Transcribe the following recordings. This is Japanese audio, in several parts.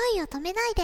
いを止めないで。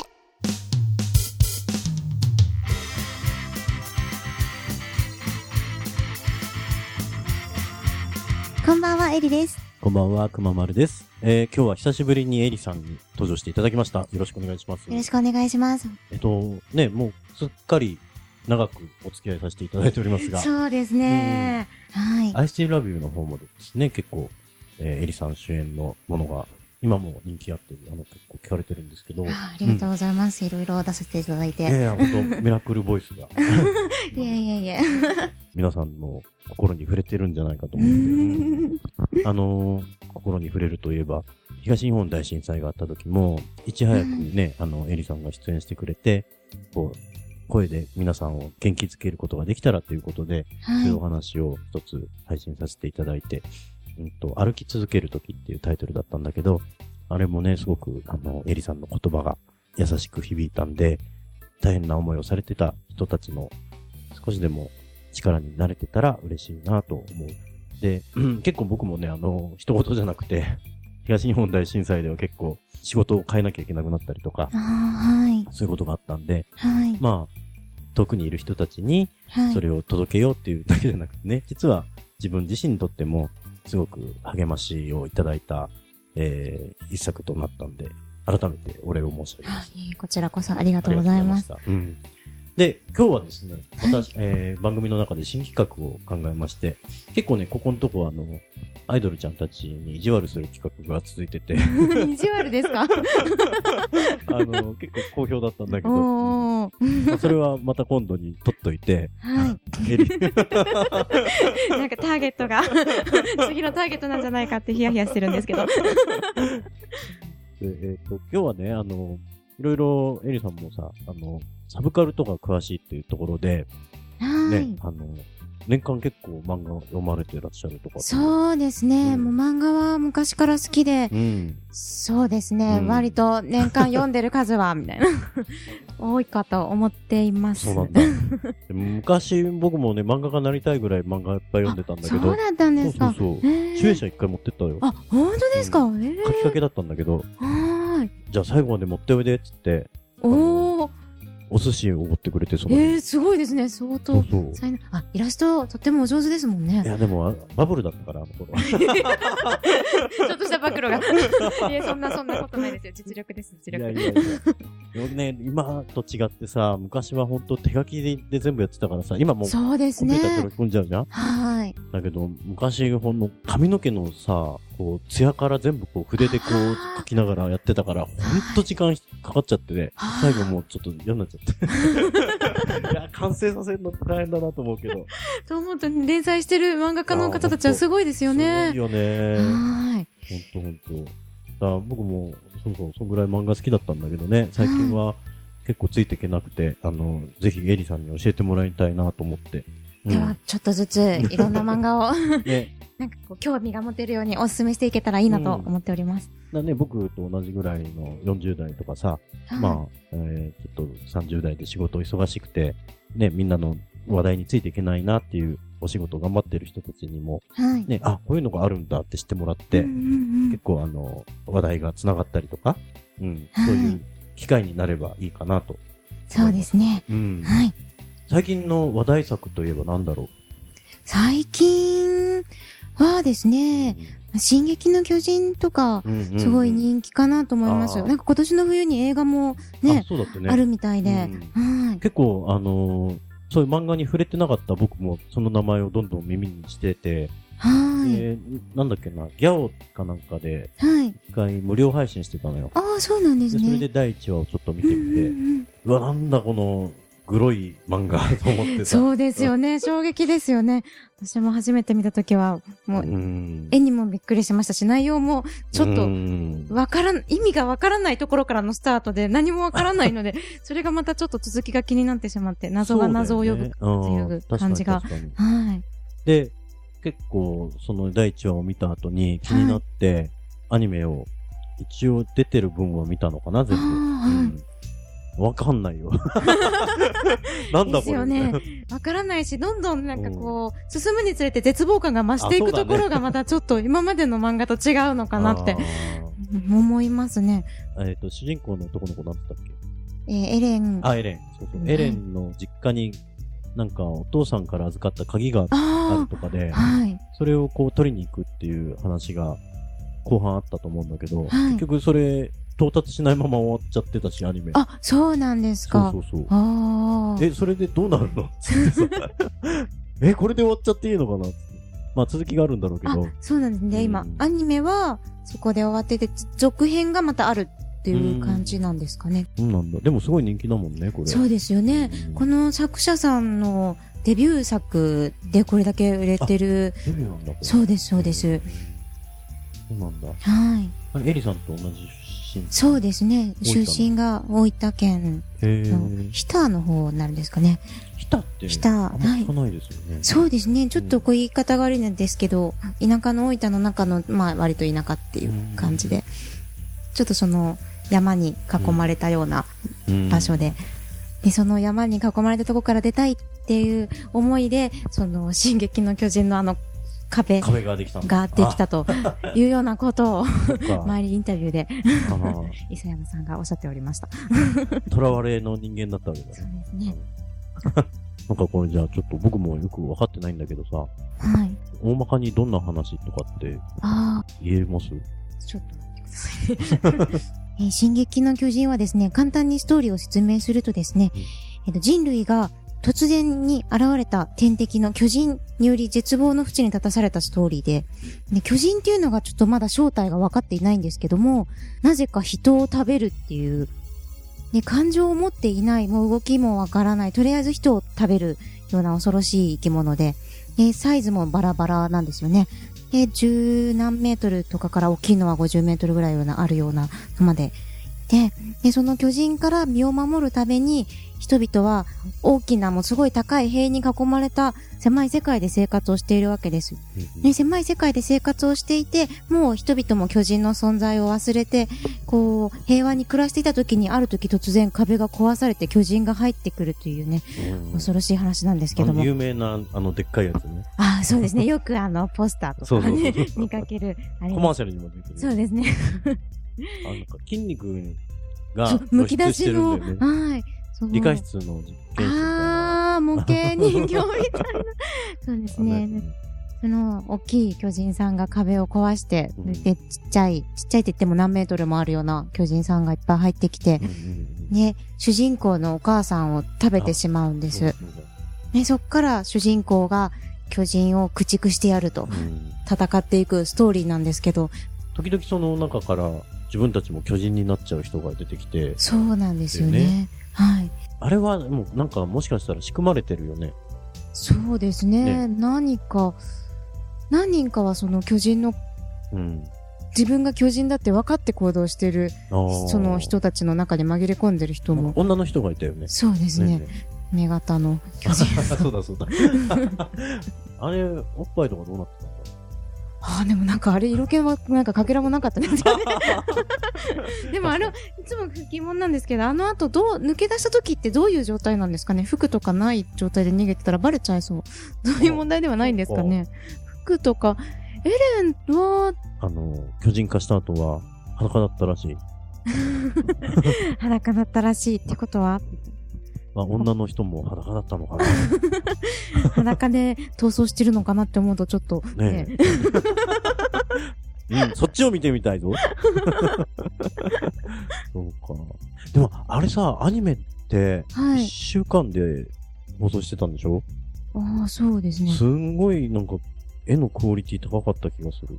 こんばんは、エリです。 こんばんは、くままるです。今日は久しぶりにエリさんに登場していただきました。よろしくお願いします。 よろしくお願いします。 ね、もうすっかり長くお付き合いさせていただいておりますが。 そうですね。はい。 I Still Love You の方もですね、結構、エリさん主演のものが今も人気あって、結構聞かれてるんですけど。 ありがとうございます。いろいろ出させていただいて。 いや、本当ミラクルボイスが。 いや。 皆さんの心に触れてるんじゃないかと思って。心に触れるといえば、東日本大震災があった時も、いち早くね、エリさんが出演してくれて、こう、声で皆さんを元気づけることができたらということで、そういうお話を一つ配信させていただいて、歩き続ける時っていうタイトルだったんだけど、あれもね、すごく、エリさんの言葉が優しく響いたんで、大変な思いをされてた人たちの少しでも力になれてたら嬉しいなと思う。で、結構僕もね、一言じゃなくて、東日本大震災では結構仕事を変えなきゃいけなくなったりとか、 はい。 そういうことがあったんで、 はい。 まあ、遠くにいる人たちにそれを届けようっていうだけじゃなくてね、実は自分自身にとってもすごく励ましをいただいた、一作となったんで、改めてお礼を申し上げます。 こちらこそありがとうございます。 で、今日はですね、私、番組の中で新企画を考えまして、結構ね、ここのとこアイドルちゃんたちに意地悪する企画が続いてて。 意地悪ですか？ 結構好評だったんだけど、それはまた今度に取っといて、 はい。なんかターゲットが、次のターゲットなんじゃないかってヒヤヒヤしてるんですけど。 で今日はね、いろいろエリさんもさ、サブカルとか詳しいっていうところで、ね、年間結構漫画を読まれてらっしゃるとか。 そうですね。もう漫画は昔から好きで、そうですね。割と年間読んでる数は、みたいな。多いかと思っています。 そうなんだ。昔僕もね、漫画家になりたいぐらい漫画いっぱい読んでたんだけど。 そうだったんですか。 そう。集英社一回持ってったよ。 あ、本当ですか？ 書きかけだったんだけど。じゃあ最後まで持っておいでっつって。お寿司をおごってくれて、そのすごいですね、相当。イラストとってもお上手ですもんね。 いや、でも、バブルだったから、頃は。 ちょっとした暴露が。いや、そんなことないですよ。実力です、実力。 いやね、今と違ってさ、昔は本当手書きで全部やってたからさ、今もう、 そうですね。 コンピューターで取り込んじゃうじゃん？はい。だけど、昔、髪の毛のさ、こう、艶から全部こう、筆でこう、書きながらやってたから、ほんと時間かかっちゃってね、最後もうちょっと嫌になっちゃって。いや、完成させるの大変だなと思うけど。 と思うと、連載してる漫画家の方たちはすごいですよね。 すごいよね。 はい。 ほんと。僕も、そんぐらい漫画好きだったんだけどね、最近は結構ついていけなくて、ぜひエリさんに教えてもらいたいなと思って。 では、ちょっとずついろんな漫画をね、なんかこう興味が持てるようにお勧めしていけたらいいなと思っております。 僕と同じぐらいの40代とかさ、まあ、ちょっと30代で仕事忙しくて、ね、みんなの話題についていけないなっていうお仕事を頑張ってる人たちにも、ね、こういうのがあるんだって知ってもらって、結構話題がつながったりとか、そういう機会になればいいかなと。 そうですね。はい。 最近の話題作といえば何だろう？ 最近はですね、進撃の巨人とか、すごい人気かなと思います。なんか今年の冬に映画もね、あるみたいで。 結構、そういう漫画に触れてなかった僕もその名前をどんどん耳にしてて、なんだっけな、ギャオかなんかで、一回無料配信してたのよ。 ああ、そうなんですね。 それで第1話をちょっと見てみて、うわ、なんだこの、グロい漫画と思ってさ。 そうですよね。衝撃ですよね。私も初めて見たときは、もう、絵にもびっくりしましたし、内容もちょっと、意味がわからないところからのスタートで何もわからないので、それがまたちょっと続きが気になってしまって、謎が謎を呼ぶっていう感じが。はい。 で、結構、その第1話を見た後に気になって、アニメを一応出てる分は見たのかな、全部。わかんないよ。なんだこれ。ですよね。 わからないし、どんどんなんかこう、進むにつれて絶望感が増していくところがまたちょっと今までの漫画と違うのかなって思いますね。 主人公の男の子なんだったっけ？ エレン。 エレン。そうそう。エレンの実家に、なんかお父さんから預かった鍵があるとかで、 はい。 それをこう取りに行くっていう話が後半あったと思うんだけど、 はい、 結局それ到達しないまま終わっちゃってたし、アニメ。 そうなんですか。 そうそうそう。それでどうなるのこれで終わっちゃっていいのかなって。まあ続きがあるんだろうけど。 そうなんですね。今、アニメはそこで終わってて、続編がまたあるっていう感じなんですかね。 そうなんだ。でもすごい人気だもんね、これ。 そうですよね。この作者さんのデビュー作でこれだけ売れてる。 デビューなんだ。 そうです、そうです。 そうなんだ。 はい。 エリさんと同じ出身？ そうですね。出身が大分県の日田の方になるんですかね。 日田って、 日田、 あんま聞かないですよね。 そうですね。ちょっとこう言い方が悪いんですけど、田舎の大分の中の、まあ割と田舎っていう感じで、ちょっとその山に囲まれたような場所で、で、その山に囲まれたところから出たいっていう思いで、その進撃の巨人の壁ができたというようなことを周りインタビューで磯山さんがおっしゃっておりました。 囚われの人間だったわけだね。 そうですね。 なんかこれじゃあちょっと僕もよく分かってないんだけどさ、はい。大まかにどんな話とかって言えます？ ちょっと待ってください。進撃の巨人はですね、簡単にストーリーを説明するとですね、人類が突然に現れた天敵の巨人により絶望の淵に立たされたストーリーで、巨人っていうのがちょっとまだ正体が分かっていないんですけども、なぜか人を食べるっていう、感情を持っていない、もう動きも分からない、とりあえず人を食べるような恐ろしい生き物で、サイズもバラバラなんですよね。十何メートルとかから大きいのは50メートルぐらいあるようなのまで。で、その巨人から身を守るために、人々は大きなもうすごい高い塀に囲まれた狭い世界で生活をしているわけです。狭い世界で生活をしていて、もう人々も巨人の存在を忘れて、こう、平和に暮らしていた時にある時突然壁が壊されて巨人が入ってくるというね、恐ろしい話なんですけども。 有名なでっかいやつね。 そうですね。よくポスターとかね、見かける。 コマーシャルにも出てる。 そうですね。 なんか筋肉がむき出しの、はい。 理科室の実験室模型人形みたいな。そうですね。その、大きい巨人さんが壁を壊して、で、ちっちゃいって言っても何メートルもあるような巨人さんがいっぱい入ってきて、ね、主人公のお母さんを食べてしまうんです。ね、そっから主人公が巨人を駆逐してやると、戦っていくストーリーなんですけど、 時々その中から自分たちも巨人になっちゃう人が出てきて。 そうなんですよね。はい。 あれはもうなんかもしかしたら仕組まれてるよね。 そうですね。何人かはその巨人の、自分が巨人だって分かって行動してる、その人たちの中に紛れ込んでる人も。 女の人がいたよね。 そうですね。目型の巨人。 そうだそうだ。あれ、おっぱいとかどうなってたんだ？ でもなんかあれ色気はなんかかけらもなかったんですよね。でもいつも疑問なんですけど、後抜け出した時ってどういう状態なんですかね。服とかない状態で逃げてたらバレちゃいそう。そういう問題ではないんですかね。服とか、エレンは、 巨人化した後は裸だったらしい。 裸だったらしいってことは女の人も裸だったのかな。 裸で逃走してるのかなって思うとちょっとね。 そっちを見てみたいぞ。そうか。でもあれさ、アニメって1週間で放送してたんでしょ？ そうですね。 すんごいなんか絵のクオリティ高かった気がする。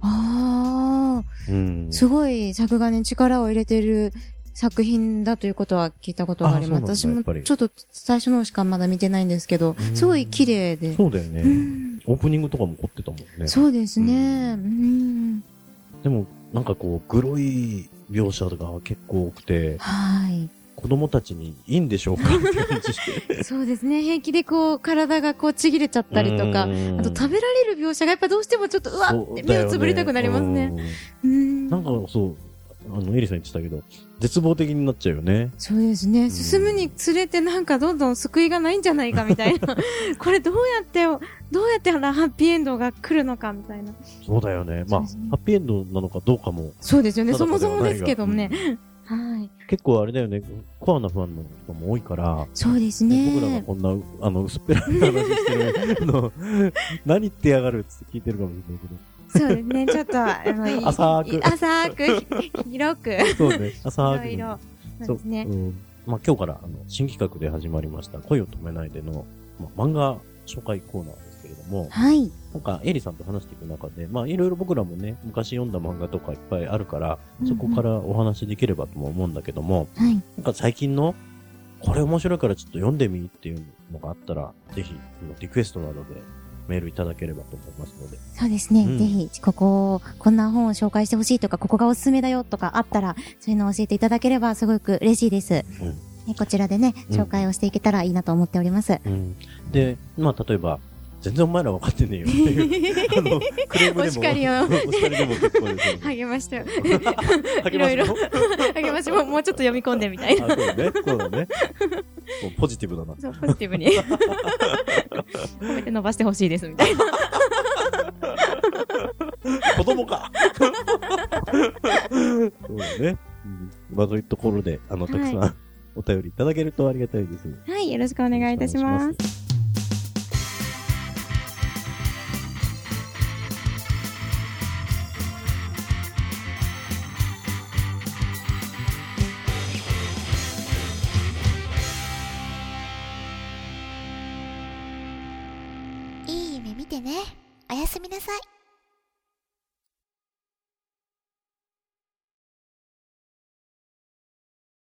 すごい作画に力を入れてる作品だということは聞いたことがあります。私もちょっと最初のしかまだ見てないんですけど、すごい綺麗で。 そうだよね。オープニングとかも凝ってたもんね。 そうですね。 でも、なんかこう、グロい描写が結構多くて、子供たちにいいんでしょうかって感じして。 そうですね。平気でこう、体がこうちぎれちゃったりとか、あと食べられる描写がやっぱどうしてもちょっと、うわって目をつぶりたくなりますね。 なんかそう、 エリさん言ってたけど、絶望的になっちゃうよね。 そうですね。進むにつれてなんかどんどん救いがないんじゃないかみたいな。これどうやってハッピーエンドが来るのかみたいな。 そうだよね。まあ、ハッピーエンドなのかどうかも。 そうですよね。そもそもですけどね。はい。 結構あれだよね。コアなファンの人も多いから。 そうですね。 僕らがこんな、薄っぺらい話してるの、何言ってやがるって聞いてるかもしれないけど。 そうですね。ちょっと、浅く、広く。 そうね。浅く。 いろいろ。そうですね。 まあ今日から、新企画で始まりました、恋を止めないでの、漫画紹介コーナーですけれども。 はい。 なんか、エリさんと話していく中で、まあいろいろ僕らもね、昔読んだ漫画とかいっぱいあるから、そこからお話できればとも思うんだけども、 はい。 なんか最近の、これ面白いからちょっと読んでみっていうのがあったら、ぜひ、リクエストなどで、メールいただければと思いますので。 そうですね。ぜひ、こんな本を紹介してほしいとか、ここがおすすめだよとかあったら、そういうのを教えていただければすごく嬉しいです。こちらでね、紹介をしていけたらいいなと思っております。 で、まあ、例えば、全然お前ら分かってねえよっていう、クレームでも。 お叱りを。 お叱りでも結構です。 励ましたよ。 励ましも励ましも、もうちょっと読み込んでみたいな。 そうだね。そうだね。ポジティブだな。 そう、ポジティブに。褒めて伸ばしてほしいです、みたいな。 子供かそうだね。まあ、そういうところで、たくさんお便りいただけるとありがたいです。 はい、よろしくお願いいたします。 いい夢見てね。おやすみなさい。